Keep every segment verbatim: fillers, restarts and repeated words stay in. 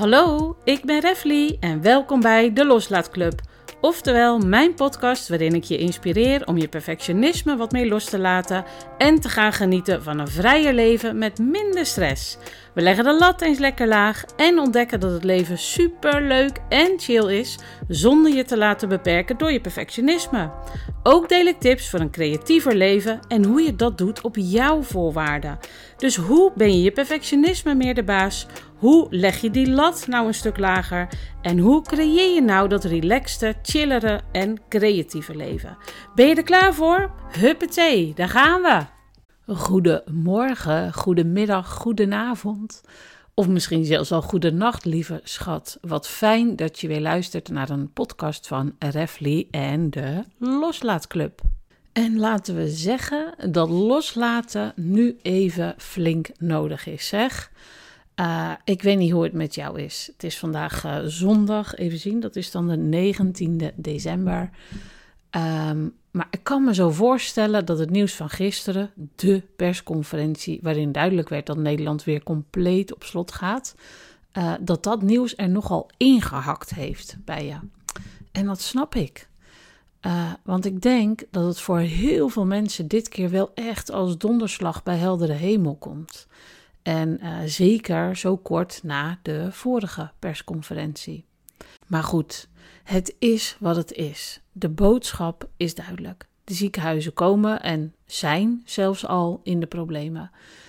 Hallo, ik ben Refly en welkom bij de Loslaatclub. Oftewel mijn podcast waarin ik je inspireer om je perfectionisme wat meer los te laten en te gaan genieten van een vrijer leven met minder stress. We leggen de lat eens lekker laag en ontdekken dat het leven super leuk en chill is zonder je te laten beperken door je perfectionisme. Ook deel ik tips voor een creatiever leven en hoe je dat doet op jouw voorwaarden. Dus hoe ben je je perfectionisme meer de baas? Hoe leg je die lat nou een stuk lager? En hoe creëer je nou dat relaxte, chillere en creatieve leven? Ben je er klaar voor? Huppatee, daar gaan we! Goedemorgen, goedemiddag, goedenavond. Of misschien zelfs al goedenacht, lieve schat. Wat fijn dat je weer luistert naar een podcast van Refly en de Loslaatclub. En laten we zeggen dat loslaten nu even flink nodig is, zeg. Uh, ik weet niet hoe het met jou is. Het is vandaag uh, zondag, even zien, dat is dan de negentiende december. Um, maar ik kan me zo voorstellen dat het nieuws van gisteren, de persconferentie waarin duidelijk werd dat Nederland weer compleet op slot gaat, uh, dat dat nieuws er nogal ingehakt heeft bij je. En dat snap ik. Uh, want ik denk dat het voor heel veel mensen dit keer wel echt als donderslag bij heldere hemel komt. En uh, zeker zo kort na de vorige persconferentie. Maar goed, het is wat het is. De boodschap is duidelijk. De ziekenhuizen komen en zijn zelfs al in de problemen.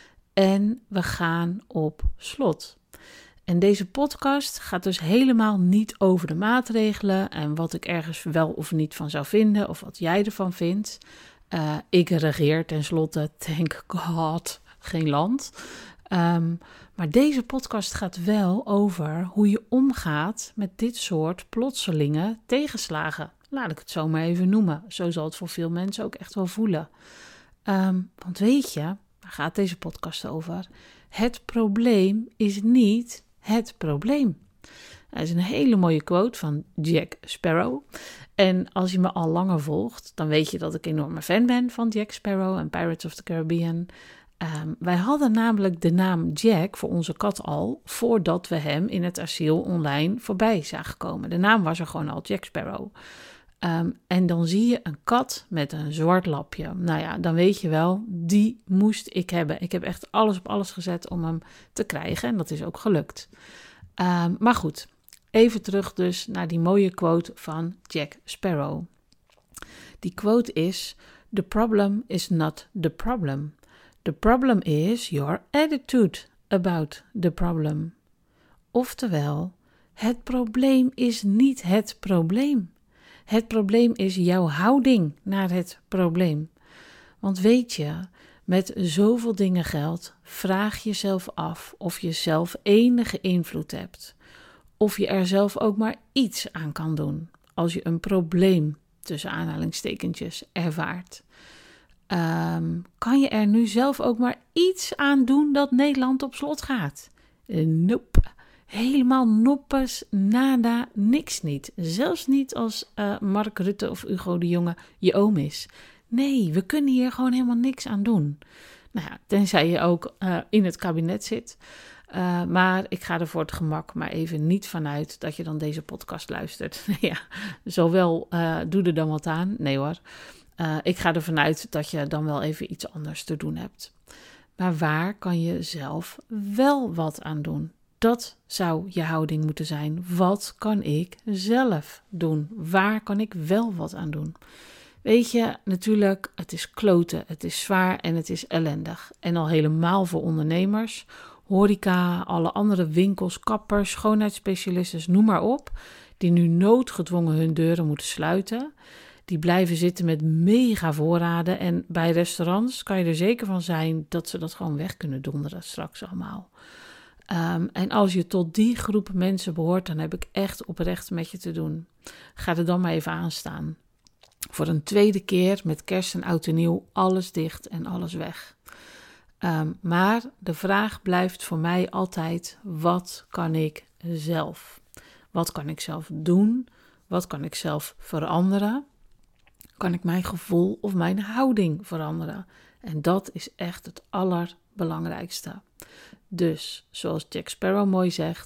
En we gaan op slot. En deze podcast gaat dus helemaal niet over de maatregelen en wat ik ergens wel of niet van zou vinden of wat jij ervan vindt. Uh, ik regeer tenslotte, thank God, geen land. Um, maar deze podcast gaat wel over hoe je omgaat met dit soort plotselinge tegenslagen. Laat ik het zo maar even noemen. Zo zal het voor veel mensen ook echt wel voelen. Um, want weet je, waar gaat deze podcast over? Het probleem is niet het probleem. Dat is een hele mooie quote van Jack Sparrow. En als je me al langer volgt, dan weet je dat ik een enorme fan ben van Jack Sparrow en Pirates of the Caribbean. Um, wij hadden namelijk de naam Jack voor onze kat al voordat we hem in het asiel online voorbij zagen komen. De naam was er gewoon al, Jack Sparrow. Um, en dan zie je een kat met een zwart lapje. Nou ja, dan weet je wel, die moest ik hebben. Ik heb echt alles op alles gezet om hem te krijgen en dat is ook gelukt. Um, maar goed, even terug dus naar die mooie quote van Jack Sparrow. Die quote is: "The problem is not the problem. The problem is your attitude about the problem." Oftewel, het probleem is niet het probleem. Het probleem is jouw houding naar het probleem. Want weet je, met zoveel dingen geldt, vraag jezelf af of je zelf enige invloed hebt. Of je er zelf ook maar iets aan kan doen als je een probleem, tussen aanhalingstekentjes, ervaart. Um, kan je er nu zelf ook maar iets aan doen dat Nederland op slot gaat? Uh, nope. Helemaal noppes, nada, niks niet. Zelfs niet als uh, Mark Rutte of Hugo de Jonge je oom is. Nee, we kunnen hier gewoon helemaal niks aan doen. Nou ja, tenzij je ook uh, in het kabinet zit. Uh, maar ik ga er voor het gemak maar even niet vanuit dat je dan deze podcast luistert. ja, zowel uh, doe er dan wat aan. Nee hoor. Uh, ik ga ervan uit dat je dan wel even iets anders te doen hebt. Maar waar kan je zelf wel wat aan doen? Dat zou je houding moeten zijn. Wat kan ik zelf doen? Waar kan ik wel wat aan doen? Weet je, natuurlijk, het is kloten, het is zwaar en het is ellendig. En al helemaal voor ondernemers, horeca, alle andere winkels, kappers, schoonheidsspecialisten, noem maar op, die nu noodgedwongen hun deuren moeten sluiten. Die blijven zitten met mega voorraden en bij restaurants kan je er zeker van zijn dat ze dat gewoon weg kunnen donderen straks allemaal. Um, en als je tot die groep mensen behoort, dan heb ik echt oprecht met je te doen. Ga er dan maar even aan staan. Voor een tweede keer met kerst en oud en nieuw alles dicht en alles weg. Um, maar de vraag blijft voor mij altijd, wat kan ik zelf? Wat kan ik zelf doen? Wat kan ik zelf veranderen? Kan ik mijn gevoel of mijn houding veranderen? En dat is echt het allerbelangrijkste. Dus, zoals Jack Sparrow mooi zegt,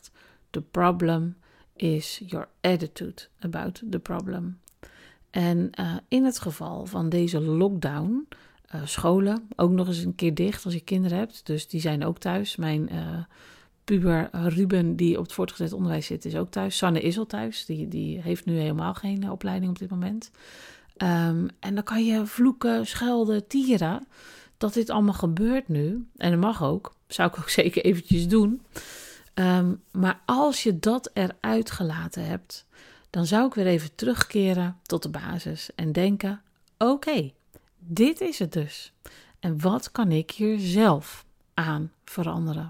the problem is your attitude about the problem. En uh, in het geval van deze lockdown, uh, scholen ook nog eens een keer dicht als je kinderen hebt. Dus die zijn ook thuis. Mijn uh, puber Ruben, die op het voortgezet onderwijs zit, is ook thuis. Sanne is al thuis. Die, die heeft nu helemaal geen uh, opleiding op dit moment. Um, en dan kan je vloeken, schelden, tieren. Dat dit allemaal gebeurt nu. En dat mag ook. Zou ik ook zeker eventjes doen. Um, maar als je dat eruit gelaten hebt, dan zou ik weer even terugkeren tot de basis en denken, oké, okay, dit is het dus. En wat kan ik hier zelf aan veranderen?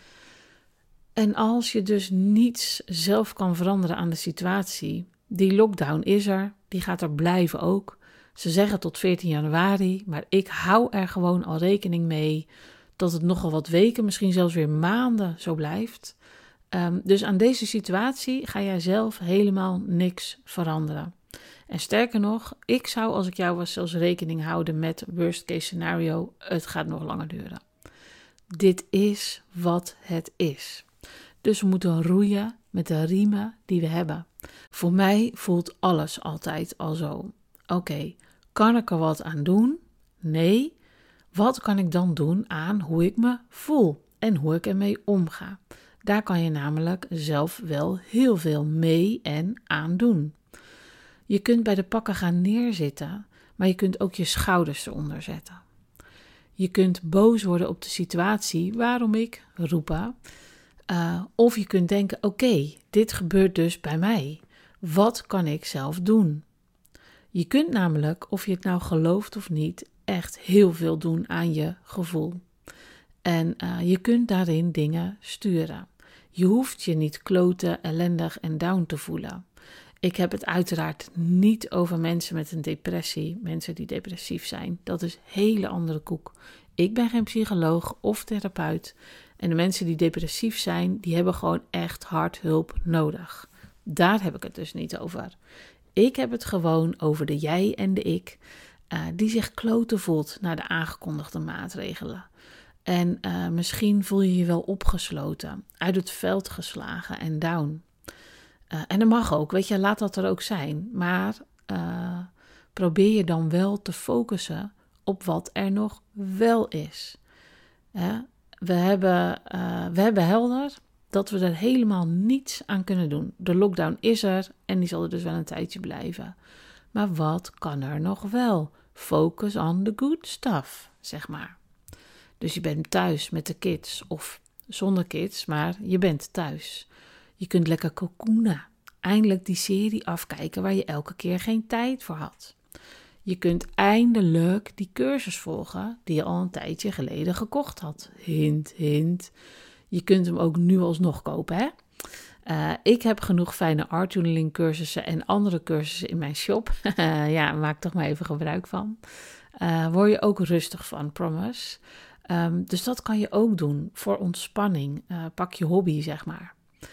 En als je dus niets zelf kan veranderen aan de situatie, die lockdown is er, die gaat er blijven ook. Ze zeggen tot veertien januari, maar ik hou er gewoon al rekening mee dat het nogal wat weken, misschien zelfs weer maanden zo blijft. Um, dus aan deze situatie ga jij zelf helemaal niks veranderen. En sterker nog, ik zou als ik jou was zelfs rekening houden met worst case scenario, het gaat nog langer duren. Dit is wat het is. Dus we moeten roeien met de riemen die we hebben. Voor mij voelt alles altijd al zo. Oké, okay, kan ik er wat aan doen? Nee. Wat kan ik dan doen aan hoe ik me voel en hoe ik ermee omga? Daar kan je namelijk zelf wel heel veel mee en aan doen. Je kunt bij de pakken gaan neerzitten, maar je kunt ook je schouders eronder zetten. Je kunt boos worden op de situatie, waarom ik roepen. Uh, of je kunt denken, oké, okay, dit gebeurt dus bij mij. Wat kan ik zelf doen? Je kunt namelijk, of je het nou gelooft of niet, echt heel veel doen aan je gevoel. En uh, je kunt daarin dingen sturen. Je hoeft je niet kloten, ellendig en down te voelen. Ik heb het uiteraard niet over mensen met een depressie, mensen die depressief zijn. Dat is een hele andere koek. Ik ben geen psycholoog of therapeut. En de mensen die depressief zijn, die hebben gewoon echt hard hulp nodig. Daar heb ik het dus niet over. Ik heb het gewoon over de jij en de ik, uh, die zich kloten voelt naar de aangekondigde maatregelen. En uh, misschien voel je je wel opgesloten, uit het veld geslagen en down. Uh, en dat mag ook, weet je, laat dat er ook zijn. Maar uh, probeer je dan wel te focussen op wat er nog wel is. Uh, we, hebben, uh, we hebben helder dat we er helemaal niets aan kunnen doen. De lockdown is er en die zal er dus wel een tijdje blijven. Maar wat kan er nog wel? Focus on the good stuff, zeg maar. Dus je bent thuis met de kids of zonder kids, maar je bent thuis. Je kunt lekker cocoonen. Eindelijk die serie afkijken waar je elke keer geen tijd voor had. Je kunt eindelijk die cursus volgen die je al een tijdje geleden gekocht had. Hint, hint. Je kunt hem ook nu alsnog kopen, hè? Uh, ik heb genoeg fijne art journaling cursussen en andere cursussen in mijn shop. Ja, maak toch maar even gebruik van. Uh, word je ook rustig van, promise. Um, dus dat kan je ook doen voor ontspanning. Uh, pak je hobby, zeg maar.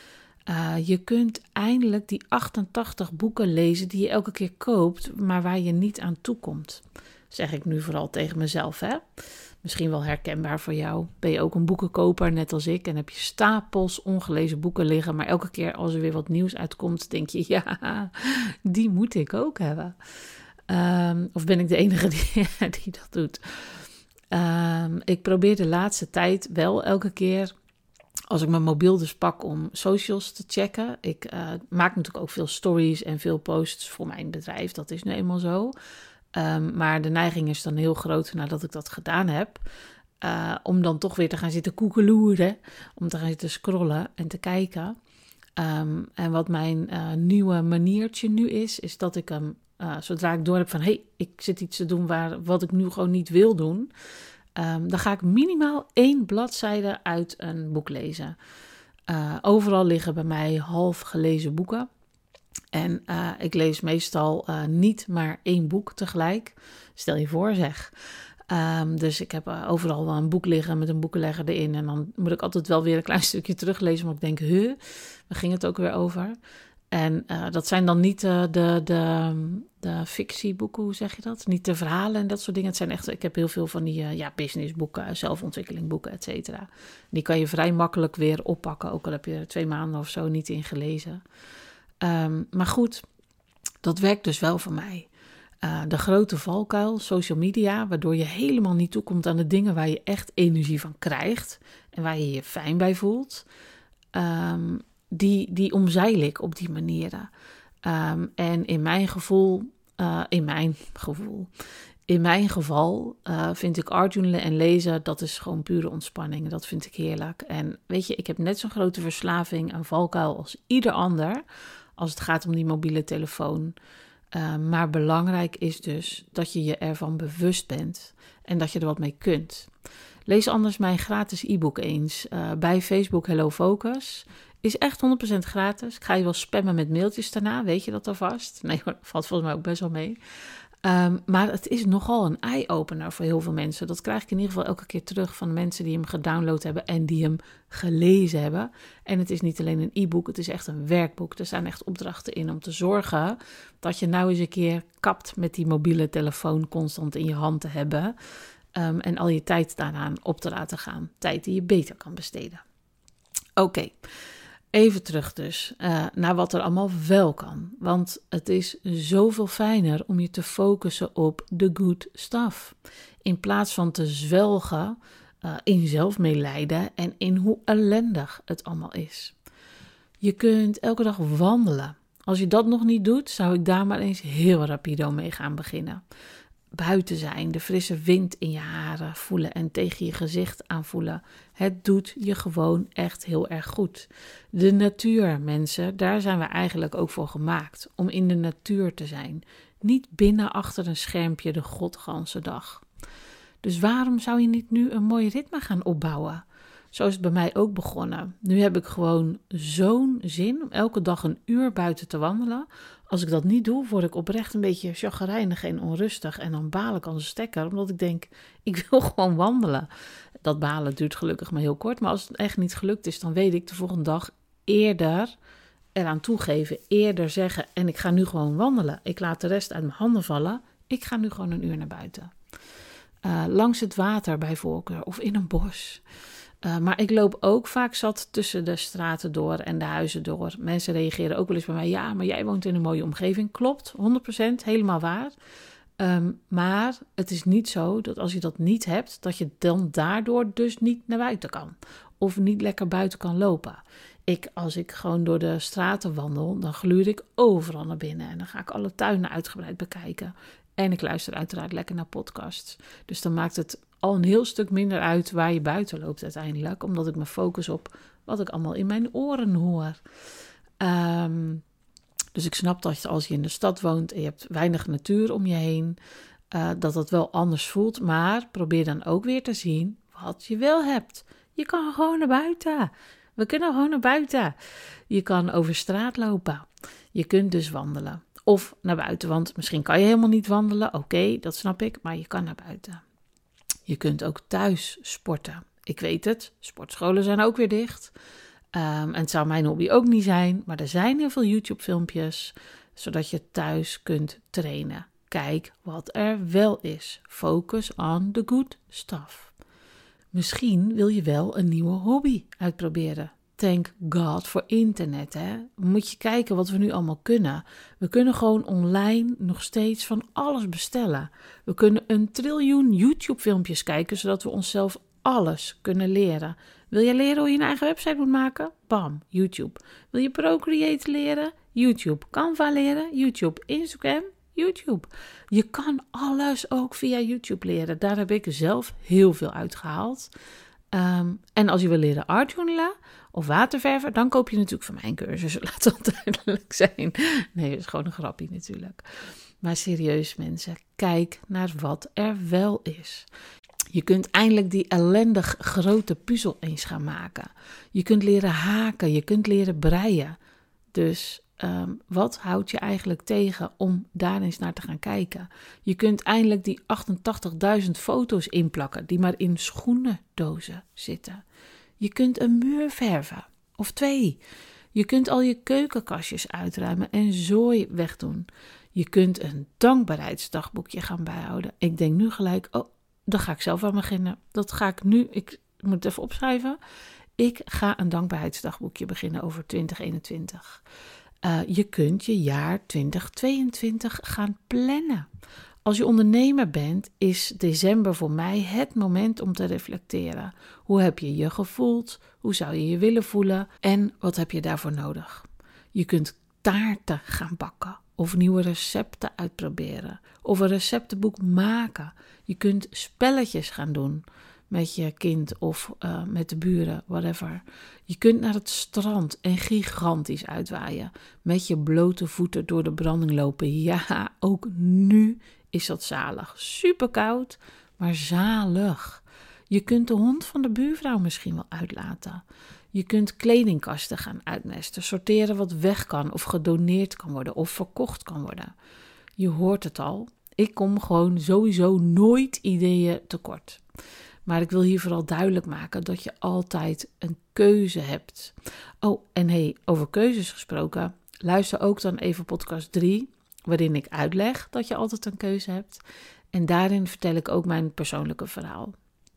Uh, je kunt eindelijk die achtentachtig boeken lezen die je elke keer koopt, maar waar je niet aan toe komt. Zeg ik nu vooral tegen mezelf, hè? Misschien wel herkenbaar voor jou. Ben je ook een boekenkoper, net als ik, en heb je stapels ongelezen boeken liggen, maar elke keer als er weer wat nieuws uitkomt, denk je, ja, die moet ik ook hebben. Um, of ben ik de enige die, die dat doet? Um, ik probeer de laatste tijd wel elke keer, als ik mijn mobiel dus pak om socials te checken. Ik uh, maak natuurlijk ook veel stories en veel posts voor mijn bedrijf. Dat is nu eenmaal zo. Um, maar de neiging is dan heel groot nadat ik dat gedaan heb. Uh, om dan toch weer te gaan zitten koekeloeren. Om te gaan zitten scrollen en te kijken. Um, en wat mijn uh, nieuwe maniertje nu is, is dat ik hem, uh, zodra ik door heb van, hé, hey, ik zit iets te doen waar, wat ik nu gewoon niet wil doen. Um, dan ga ik minimaal één bladzijde uit een boek lezen. Uh, overal liggen bij mij half gelezen boeken. En uh, ik lees meestal uh, niet maar één boek tegelijk. Stel je voor, zeg. Um, dus ik heb uh, overal wel een boek liggen met een boekenlegger erin. En dan moet ik altijd wel weer een klein stukje teruglezen. Maar ik denk, huh, waar ging het ook weer over? En uh, dat zijn dan niet uh, de, de, de fictieboeken, hoe zeg je dat? Niet de verhalen en dat soort dingen. Het zijn echt, ik heb heel veel van die uh, ja, businessboeken, zelfontwikkelingboeken, et cetera. Die kan je vrij makkelijk weer oppakken, ook al heb je er twee maanden of zo niet in gelezen. Um, maar goed, dat werkt dus wel voor mij. Uh, de grote valkuil, social media, waardoor je helemaal niet toekomt aan de dingen waar je echt energie van krijgt en waar je je fijn bij voelt. Um, Die, die omzeil ik op die manieren. Um, en in mijn gevoel, uh, in mijn gevoel, in mijn geval uh, vind ik artjournalen en lezen, dat is gewoon pure ontspanning. Dat vind ik heerlijk. En weet je, ik heb net zo'n grote verslaving aan valkuil als ieder ander, als het gaat om die mobiele telefoon. Uh, maar belangrijk is dus dat je je ervan bewust bent en dat je er wat mee kunt. Lees anders mijn gratis e-book eens uh, bij Facebook Hello Focus. Is echt honderd procent gratis. Ik ga je wel spammen met mailtjes daarna, weet je dat alvast? Nee, dat valt volgens mij ook best wel mee. Um, maar het is nogal een eye-opener voor heel veel mensen. Dat krijg ik in ieder geval elke keer terug van de mensen die hem gedownload hebben en die hem gelezen hebben. En het is niet alleen een e-book, het is echt een werkboek. Er staan echt opdrachten in om te zorgen dat je nou eens een keer kapt met die mobiele telefoon constant in je hand te hebben. Um, en al je tijd daaraan op te laten gaan. Tijd die je beter kan besteden. Oké. Okay. Even terug dus uh, naar wat er allemaal wel kan. Want het is zoveel fijner om je te focussen op de good stuff. In plaats van te zwelgen uh, in zelfmedelijden en in hoe ellendig het allemaal is. Je kunt elke dag wandelen. Als je dat nog niet doet, zou ik daar maar eens heel rapido mee gaan beginnen. Buiten zijn, de frisse wind in je haren voelen en tegen je gezicht aanvoelen. Het doet je gewoon echt heel erg goed. De natuur, mensen, daar zijn we eigenlijk ook voor gemaakt. Om in de natuur te zijn. Niet binnen achter een schermpje de godganse dag. Dus waarom zou je niet nu een mooi ritme gaan opbouwen? Zo is het bij mij ook begonnen. Nu heb ik gewoon zo'n zin om elke dag een uur buiten te wandelen. Als ik dat niet doe, word ik oprecht een beetje chagrijnig en onrustig. En dan baal ik als een stekker, omdat ik denk, ik wil gewoon wandelen. Dat balen duurt gelukkig maar heel kort. Maar als het echt niet gelukt is, dan weet ik de volgende dag eerder eraan toegeven. Eerder zeggen, en ik ga nu gewoon wandelen. Ik laat de rest uit mijn handen vallen. Ik ga nu gewoon een uur naar buiten. Uh, langs het water bij voorkeur of in een bos. Uh, maar ik loop ook vaak zat tussen de straten door en de huizen door. Mensen reageren ook wel eens bij mij. Ja, maar jij woont in een mooie omgeving. Klopt, honderd procent, helemaal waar. Um, maar het is niet zo dat als je dat niet hebt, dat je dan daardoor dus niet naar buiten kan. Of niet lekker buiten kan lopen. Ik, als ik gewoon door de straten wandel, dan gluur ik overal naar binnen. En dan ga ik alle tuinen uitgebreid bekijken. En ik luister uiteraard lekker naar podcasts. Dus dan maakt het al een heel stuk minder uit waar je buiten loopt uiteindelijk. Omdat ik me focus op wat ik allemaal in mijn oren hoor. Um, dus ik snap dat als je in de stad woont en je hebt weinig natuur om je heen, uh, dat dat wel anders voelt. Maar probeer dan ook weer te zien wat je wel hebt. Je kan gewoon naar buiten. We kunnen gewoon naar buiten. Je kan over straat lopen. Je kunt dus wandelen. Of naar buiten, want misschien kan je helemaal niet wandelen. Oké, okay, dat snap ik, maar je kan naar buiten. Je kunt ook thuis sporten. Ik weet het, sportscholen zijn ook weer dicht. Um, en het zou mijn hobby ook niet zijn, maar er zijn heel veel YouTube-filmpjes, zodat je thuis kunt trainen. Kijk wat er wel is. Focus on the good stuff. Misschien wil je wel een nieuwe hobby uitproberen. Thank God voor internet, hè. Moet je kijken wat we nu allemaal kunnen. We kunnen gewoon online nog steeds van alles bestellen. We kunnen een triljoen YouTube-filmpjes kijken, zodat we onszelf alles kunnen leren. Wil je leren hoe je een eigen website moet maken? Bam, YouTube. Wil je Procreate leren? YouTube. Canva leren? YouTube. Instagram? YouTube. Je kan alles ook via YouTube leren. Daar heb ik zelf heel veel uitgehaald. Um, en als je wil leren artjournalen of waterverven, dan koop je natuurlijk van mijn cursus. Laat dat duidelijk zijn. Nee, dat is gewoon een grapje natuurlijk. Maar serieus mensen, kijk naar wat er wel is. Je kunt eindelijk die ellendig grote puzzel eens gaan maken. Je kunt leren haken, je kunt leren breien. Dus um, wat houdt je eigenlijk tegen om daar eens naar te gaan kijken? Je kunt eindelijk die achtentachtigduizend foto's inplakken die maar in schoenendozen zitten. Je kunt een muur verven, of twee. Je kunt al je keukenkastjes uitruimen en zooi wegdoen. Je kunt een dankbaarheidsdagboekje gaan bijhouden. Ik denk nu gelijk, oh, daar ga ik zelf aan beginnen. Dat ga ik nu, ik moet het even opschrijven. Ik ga een dankbaarheidsdagboekje beginnen over twintig eenentwintig. Uh, je kunt je jaar twintig tweeëntwintig gaan plannen. Als je ondernemer bent, is december voor mij het moment om te reflecteren. Hoe heb je je gevoeld? Hoe zou je je willen voelen? En wat heb je daarvoor nodig? Je kunt taarten gaan bakken of nieuwe recepten uitproberen of een receptenboek maken. Je kunt spelletjes gaan doen met je kind of uh, met de buren, whatever. Je kunt naar het strand en gigantisch uitwaaien. Met je blote voeten door de branding lopen. Ja, ook nu is dat zalig. Super koud, maar zalig. Je kunt de hond van de buurvrouw misschien wel uitlaten. Je kunt kledingkasten gaan uitmesten, sorteren wat weg kan of gedoneerd kan worden of verkocht kan worden. Je hoort het al, ik kom gewoon sowieso nooit ideeën tekort. Maar ik wil hier vooral duidelijk maken dat je altijd een keuze hebt. Oh, en hey, over keuzes gesproken, luister ook dan even podcast drie, waarin ik uitleg dat je altijd een keuze hebt. En daarin vertel ik ook mijn persoonlijke verhaal.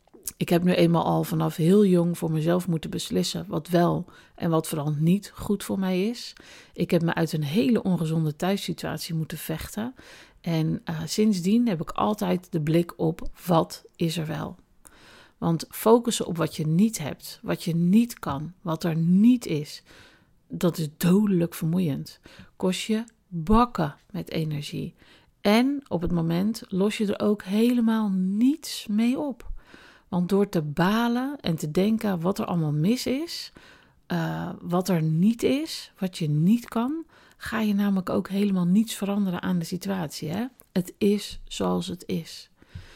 Ik heb nu eenmaal al vanaf heel jong voor mezelf moeten beslissen wat wel en wat vooral niet goed voor mij is. Ik heb me uit een hele ongezonde thuissituatie moeten vechten. En uh, sindsdien heb ik altijd de blik op wat is er wel. Want focussen op wat je niet hebt, wat je niet kan, wat er niet is, dat is dodelijk vermoeiend. Kost je bakken met energie. En op het moment los je er ook helemaal niets mee op. Want door te balen en te denken wat er allemaal mis is, uh, wat er niet is, wat je niet kan, ga je namelijk ook helemaal niets veranderen aan de situatie. Hè? Het is zoals het is.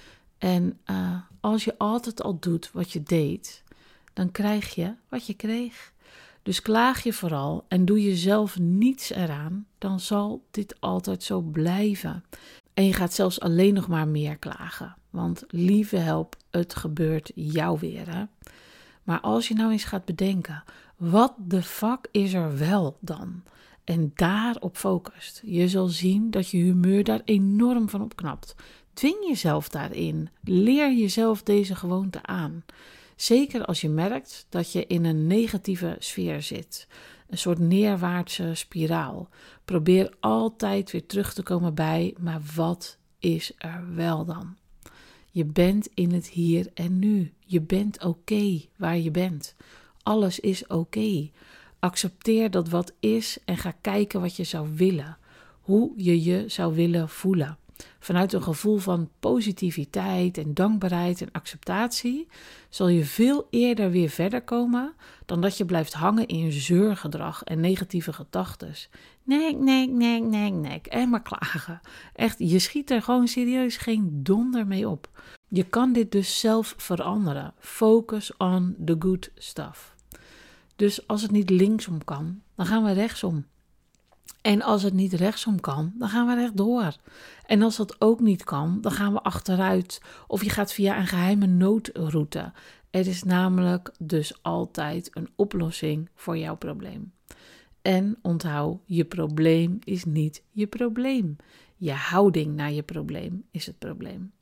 En uh, als je altijd al doet wat je deed, dan krijg je wat je kreeg. Dus klaag je vooral en doe je zelf niets eraan, dan zal dit altijd zo blijven. En je gaat zelfs alleen nog maar meer klagen. Want lieve help, het gebeurt jou weer. Hè? Maar als je nou eens gaat bedenken, wat de fuck is er wel dan? En daarop focust. Je zal zien dat je humeur daar enorm van opknapt. Dwing jezelf daarin. Leer jezelf deze gewoonte aan. Zeker als je merkt dat je in een negatieve sfeer zit. Een soort neerwaartse spiraal. Probeer altijd weer terug te komen bij, maar wat is er wel dan? Je bent in het hier en nu. Je bent oké waar je bent. Alles is oké. Accepteer dat wat is en ga kijken wat je zou willen. Hoe je je zou willen voelen. Vanuit een gevoel van positiviteit en dankbaarheid en acceptatie zal je veel eerder weer verder komen dan dat je blijft hangen in zeurgedrag en negatieve gedachten. Nee, nee, nee, nee, nee. En maar klagen. Echt, je schiet er gewoon serieus geen donder mee op. Je kan dit dus zelf veranderen. Focus on the good stuff. Dus als het niet linksom kan, dan gaan we rechtsom. En als het niet rechtsom kan, dan gaan we rechtdoor. En als dat ook niet kan, dan gaan we achteruit. Of je gaat via een geheime noodroute. Er is namelijk dus altijd een oplossing voor jouw probleem. En onthoud, je probleem is niet je probleem. Je houding naar je probleem is het probleem.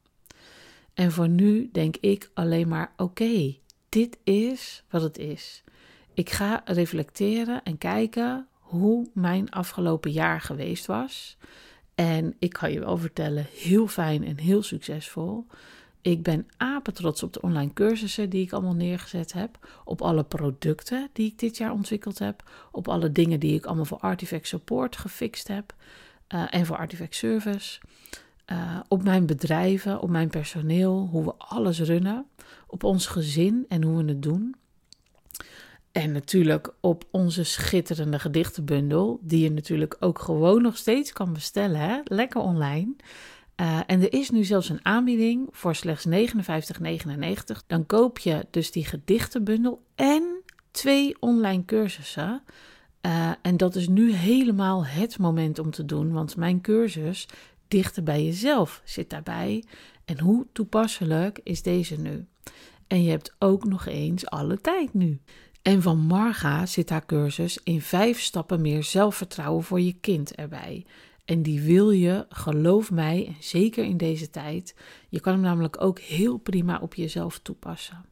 En voor nu denk ik alleen maar, oké, okay, dit is wat het is. Ik ga reflecteren en kijken hoe mijn afgelopen jaar geweest was. En ik kan je wel vertellen, heel fijn en heel succesvol. Ik ben apetrots op de online cursussen die ik allemaal neergezet heb. Op alle producten die ik dit jaar ontwikkeld heb. Op alle dingen die ik allemaal voor Artifact Support gefixt heb. Uh, en voor Artifact Service. Uh, op mijn bedrijven, op mijn personeel, hoe we alles runnen. Op ons gezin en hoe we het doen. En natuurlijk op onze schitterende gedichtenbundel, die je natuurlijk ook gewoon nog steeds kan bestellen, hè? Lekker online. Uh, en er is nu zelfs een aanbieding voor slechts negenenvijftig negenennegentig. Dan koop je dus die gedichtenbundel en twee online cursussen. Uh, en dat is nu helemaal het moment om te doen, want mijn cursus Dichter bij jezelf zit daarbij. En hoe toepasselijk is deze nu? En je hebt ook nog eens alle tijd nu. En van Marga zit haar cursus in vijf stappen meer zelfvertrouwen voor je kind erbij. En die wil je, geloof mij, en zeker in deze tijd, je kan hem namelijk ook heel prima op jezelf toepassen.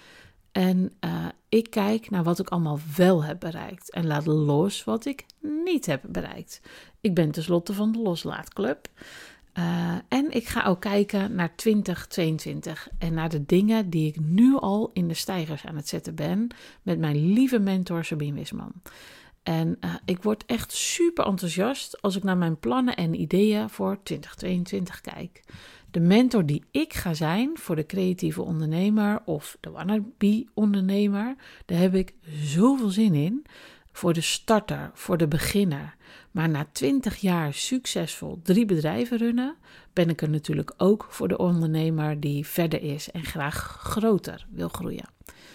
En uh, ik kijk naar wat ik allemaal wel heb bereikt en laat los wat ik niet heb bereikt. Ik ben tenslotte van de Loslaatclub. Uh, en ik ga ook kijken naar twintig tweeëntwintig en naar de dingen die ik nu al in de steigers aan het zetten ben met mijn lieve mentor Sabine Wisman. En uh, ik word echt super enthousiast als ik naar mijn plannen en ideeën voor twintig tweeëntwintig kijk. De mentor die ik ga zijn voor de creatieve ondernemer of de wannabe ondernemer, daar heb ik zoveel zin in. Voor de starter, voor de beginner. Maar na twintig jaar succesvol drie bedrijven runnen, ben ik er natuurlijk ook voor de ondernemer die verder is en graag groter wil groeien.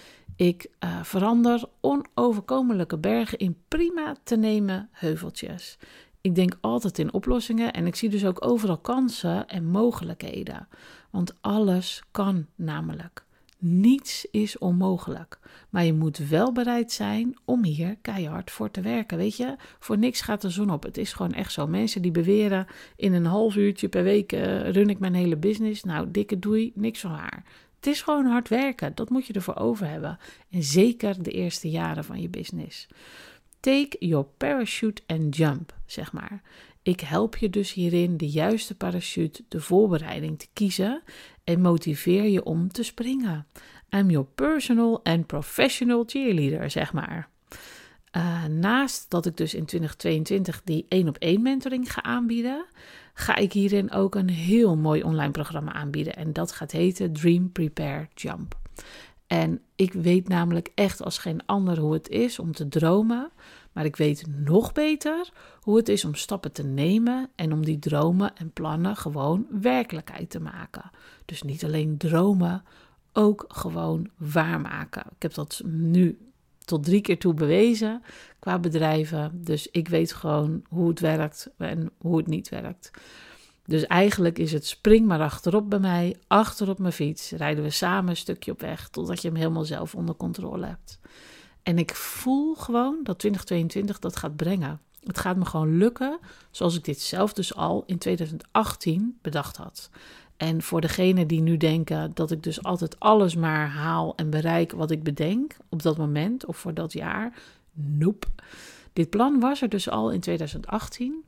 Ik uh, verander onoverkomelijke bergen in prima te nemen heuveltjes. Ik denk altijd in oplossingen en ik zie dus ook overal kansen en mogelijkheden. Want alles kan namelijk. Niets is onmogelijk. Maar je moet wel bereid zijn om hier keihard voor te werken. Weet je, voor niks gaat de zon op. Het is gewoon echt zo. Mensen die beweren in een half uurtje per week uh, run ik mijn hele business. Nou, dikke doei, niks van waar. Het is gewoon hard werken. Dat moet je ervoor over hebben. En zeker de eerste jaren van je business. Take your parachute and jump, zeg maar. Ik help je dus hierin de juiste parachute, de voorbereiding te kiezen en motiveer je om te springen. I'm your personal and professional cheerleader, zeg maar. Uh, naast dat ik dus in twintig tweeëntwintig die één op één mentoring ga aanbieden, ga ik hierin ook een heel mooi online programma aanbieden. En dat gaat heten Dream, Prepare, Jump. En ik weet namelijk echt als geen ander hoe het is om te dromen. Maar ik weet nog beter hoe het is om stappen te nemen en om die dromen en plannen gewoon werkelijkheid te maken. Dus niet alleen dromen, ook gewoon waarmaken. Ik heb dat nu tot drie keer toe bewezen qua bedrijven. Dus ik weet gewoon hoe het werkt en hoe het niet werkt. Dus eigenlijk is het spring maar achterop bij mij, achter op mijn fiets. Rijden we samen een stukje op weg totdat je hem helemaal zelf onder controle hebt. En ik voel gewoon dat twintig tweeëntwintig dat gaat brengen. Het gaat me gewoon lukken zoals ik dit zelf dus al in twintig achttien bedacht had. En voor degenen die nu denken dat ik dus altijd alles maar haal en bereik wat ik bedenk op dat moment of voor dat jaar. Nope. Dit plan was er dus al in twintig achttien.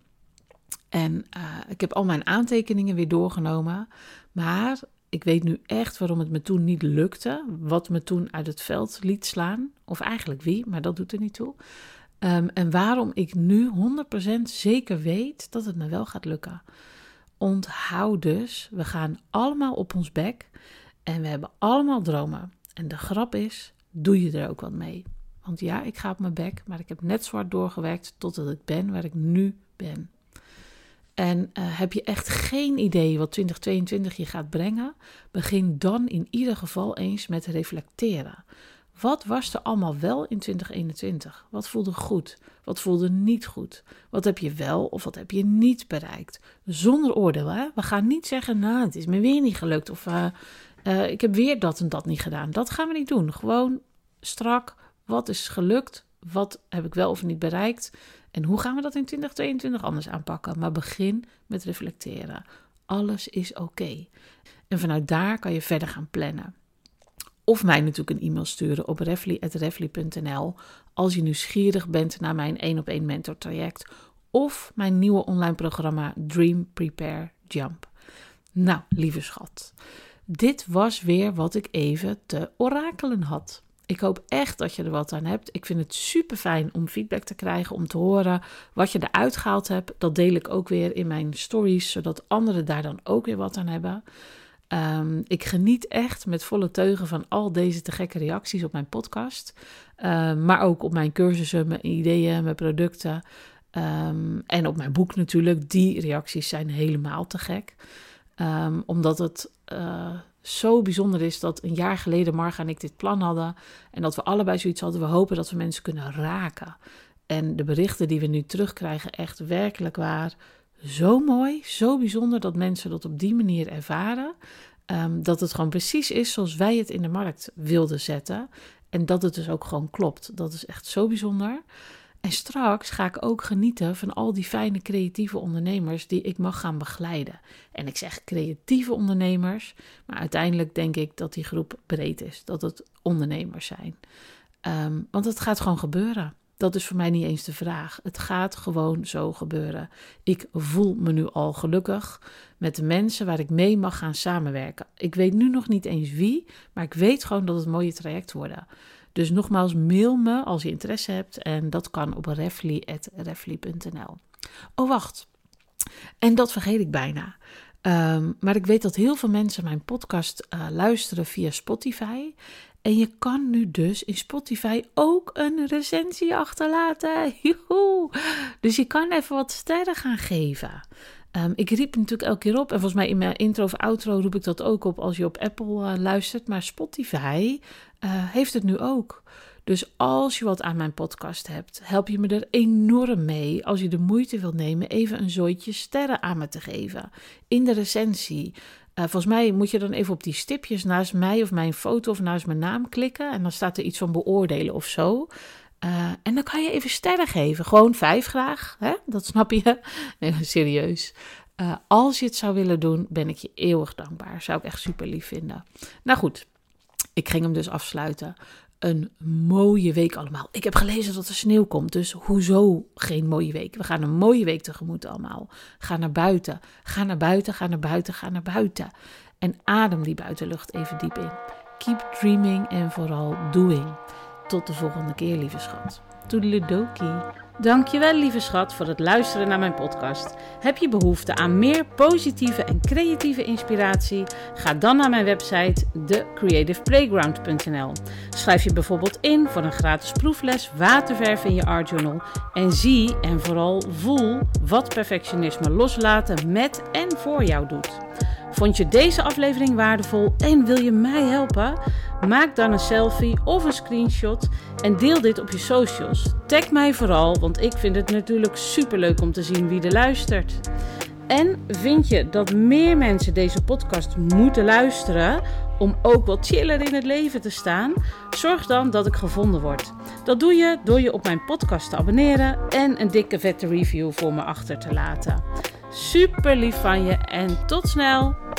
En uh, ik heb al mijn aantekeningen weer doorgenomen. Maar ik weet nu echt waarom het me toen niet lukte. Wat me toen uit het veld liet slaan. Of eigenlijk wie, maar dat doet er niet toe. Um, en waarom ik nu honderd procent zeker weet dat het me wel gaat lukken. Onthoud dus, we gaan allemaal op ons bek. En we hebben allemaal dromen. En de grap is, doe je er ook wat mee. Want ja, ik ga op mijn bek. Maar ik heb net zo hard doorgewerkt totdat ik ben waar ik nu ben. En uh, heb je echt geen idee wat twintig tweeëntwintig je gaat brengen? Begin dan in ieder geval eens met reflecteren. Wat was er allemaal wel in twintig eenentwintig? Wat voelde goed? Wat voelde niet goed? Wat heb je wel of wat heb je niet bereikt? Zonder oordeel, hè? We gaan niet zeggen, nou, het is me weer niet gelukt. Of uh, uh, ik heb weer dat en dat niet gedaan. Dat gaan we niet doen. Gewoon strak, wat is gelukt? Wat heb ik wel of niet bereikt? En hoe gaan we dat in twintig tweeëntwintig anders aanpakken? Maar begin met reflecteren. Alles is oké. Okay. En vanuit daar kan je verder gaan plannen. Of mij natuurlijk een e-mail sturen op refly at refly punt n l als je nieuwsgierig bent naar mijn één op één mentor traject of mijn nieuwe online programma Dream, Prepare, Jump. Nou, lieve schat, dit was weer wat ik even te orakelen had. Ik hoop echt dat je er wat aan hebt. Ik vind het super fijn om feedback te krijgen, om te horen wat je eruit gehaald hebt. Dat deel ik ook weer in mijn stories, zodat anderen daar dan ook weer wat aan hebben. Um, ik geniet echt met volle teugen van al deze te gekke reacties op mijn podcast. Um, maar ook op mijn cursussen, mijn ideeën, mijn producten. Um, en op mijn boek natuurlijk. Die reacties zijn helemaal te gek. Um, omdat het uh, zo bijzonder is dat een jaar geleden Marga en ik dit plan hadden. En dat we allebei zoiets hadden. We hopen dat we mensen kunnen raken. En de berichten die we nu terugkrijgen, echt werkelijk waar. Zo mooi, zo bijzonder dat mensen dat op die manier ervaren. Um, dat het gewoon precies is zoals wij het in de markt wilden zetten. En dat het dus ook gewoon klopt. Dat is echt zo bijzonder. En straks ga ik ook genieten van al die fijne creatieve ondernemers die ik mag gaan begeleiden. En ik zeg creatieve ondernemers, maar uiteindelijk denk ik dat die groep breed is. Dat het ondernemers zijn. Um, want het gaat gewoon gebeuren. Dat is voor mij niet eens de vraag. Het gaat gewoon zo gebeuren. Ik voel me nu al gelukkig met de mensen waar ik mee mag gaan samenwerken. Ik weet nu nog niet eens wie, maar ik weet gewoon dat het mooie traject worden. Dus nogmaals, mail me als je interesse hebt en dat kan op refly at refly punt n l. Oh, wacht. En dat vergeet ik bijna. Um, maar ik weet dat heel veel mensen mijn podcast uh, luisteren via Spotify. En je kan nu dus in Spotify ook een recensie achterlaten. Joehoe. Dus je kan even wat sterren gaan geven. Um, ik riep natuurlijk elke keer op. En volgens mij in mijn intro of outro roep ik dat ook op als je op Apple uh, luistert. Maar Spotify uh, heeft het nu ook. Dus als je wat aan mijn podcast hebt, help je me er enorm mee. Als je de moeite wilt nemen even een zooitje sterren aan me te geven. In de recensie. Uh, volgens mij moet je dan even op die stipjes naast mij of mijn foto of naast mijn naam klikken. En dan staat er iets van beoordelen of zo. Uh, en dan kan je even sterren geven. Gewoon vijf graag, hè? Dat snap je. Nee, serieus. Uh, als je het zou willen doen, ben ik je eeuwig dankbaar. Zou ik echt super lief vinden. Nou goed, ik ging hem dus afsluiten. Een mooie week allemaal. Ik heb gelezen dat er sneeuw komt, dus hoezo geen mooie week? We gaan een mooie week tegemoet allemaal. Ga naar buiten, ga naar buiten, ga naar buiten, ga naar buiten. En adem die buitenlucht even diep in. Keep dreaming en vooral doing. Tot de volgende keer, lieve schat. Toedeledokie. Dankjewel, lieve schat, voor het luisteren naar mijn podcast. Heb je behoefte aan meer positieve en creatieve inspiratie? Ga dan naar mijn website the creative playground punt n l. Schrijf je bijvoorbeeld in voor een gratis proefles waterverf in je art journal en zie en vooral voel wat perfectionisme loslaten met en voor jou doet. Vond je deze aflevering waardevol en wil je mij helpen? Maak dan een selfie of een screenshot en deel dit op je socials. Tag mij vooral, want ik vind het natuurlijk superleuk om te zien wie er luistert. En vind je dat meer mensen deze podcast moeten luisteren om ook wat chiller in het leven te staan? Zorg dan dat ik gevonden word. Dat doe je door je op mijn podcast te abonneren en een dikke vette review voor me achter te laten. Super lief van je en tot snel!